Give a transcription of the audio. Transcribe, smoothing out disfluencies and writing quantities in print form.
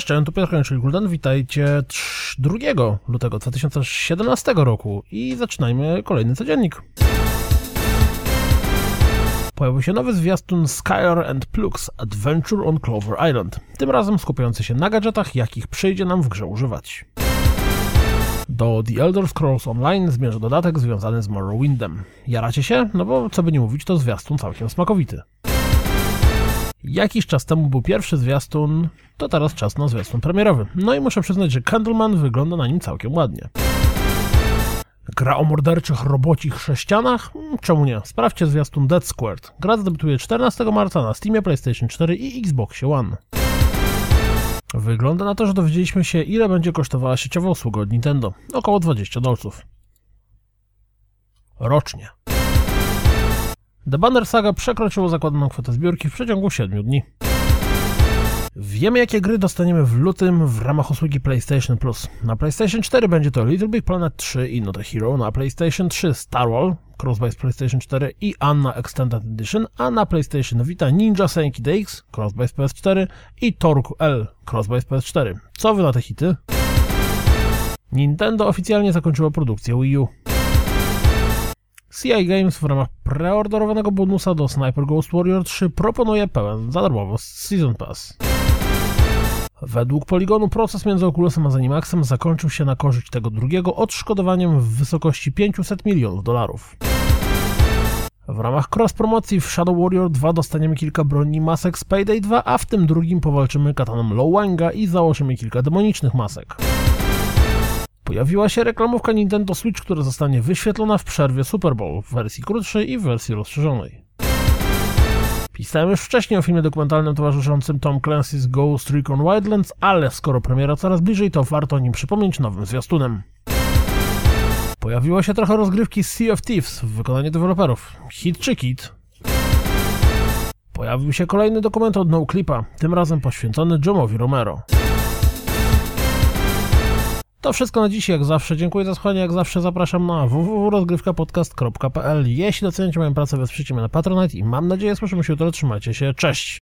Cześć, tu Piotr Kuldan, witajcie 2 lutego 2017 roku i zaczynajmy kolejny codziennik. Pojawił się nowy zwiastun Skylar and Plux Adventure on Clover Island, tym razem skupiający się na gadżetach, jakich przyjdzie nam w grze używać. Do The Elder Scrolls Online zmierzy dodatek związany z Morrowindem. Jaracie się? No bo co by nie mówić, to zwiastun całkiem smakowity. Jakiś czas temu był pierwszy zwiastun, to teraz czas na zwiastun premierowy. No i muszę przyznać, że Candleman wygląda na nim całkiem ładnie. Gra o morderczych robocich chrześcijanach? Czemu nie? Sprawdźcie zwiastun Dead Squared. Gra zadebiutuje 14 marca na Steamie, PlayStation 4 i Xboxie One. Wygląda na to, że dowiedzieliśmy się, ile będzie kosztowała sieciowa usługa od Nintendo. Około $20. Rocznie. The Banner Saga przekroczyło zakładaną kwotę zbiórki w przeciągu 7 dni. Wiemy, jakie gry dostaniemy w lutym w ramach usługi PlayStation Plus. Na PlayStation 4 będzie to Little Big Planet 3 i Not a Hero, na PlayStation 3 Starwall, cross-buy z PlayStation 4 i Anna Extended Edition, a na PlayStation Vita Ninja Senki DX, cross-buy z PS4 i Torque L, cross-buy z PS4. Co wy na te hity? Nintendo oficjalnie zakończyło produkcję Wii U. CI Games w ramach preorderowanego bonusa do Sniper Ghost Warrior 3 proponuje pełen za darmowo Season Pass. Według Polygonu proces między Oculusem a Zenimaxem zakończył się na korzyść tego drugiego odszkodowaniem w wysokości $500 milionów. W ramach cross-promocji w Shadow Warrior 2 dostaniemy kilka broni masek z Payday 2, a w tym drugim powalczymy kataną Lo Wanga i założymy kilka demonicznych masek. Pojawiła się reklamówka Nintendo Switch, która zostanie wyświetlona w przerwie Super Bowl w wersji krótszej i w wersji rozszerzonej. Pisałem już wcześniej o filmie dokumentalnym towarzyszącym Tom Clancy's Ghost Recon Wildlands, ale skoro premiera coraz bliżej, to warto o nim przypomnieć nowym zwiastunem. Pojawiło się trochę rozgrywki Sea of Thieves w wykonaniu deweloperów Hit czy Kit. Pojawił się kolejny dokument od NoClipa, tym razem poświęcony Jomowi Romero. To wszystko na dziś, jak zawsze. Dziękuję za słuchanie, jak zawsze zapraszam na www.rozgrywkapodcast.pl. Jeśli doceniacie moją pracę, wesprzyjcie mnie na Patronite i mam nadzieję, słyszymy się jutro. Trzymajcie się, cześć!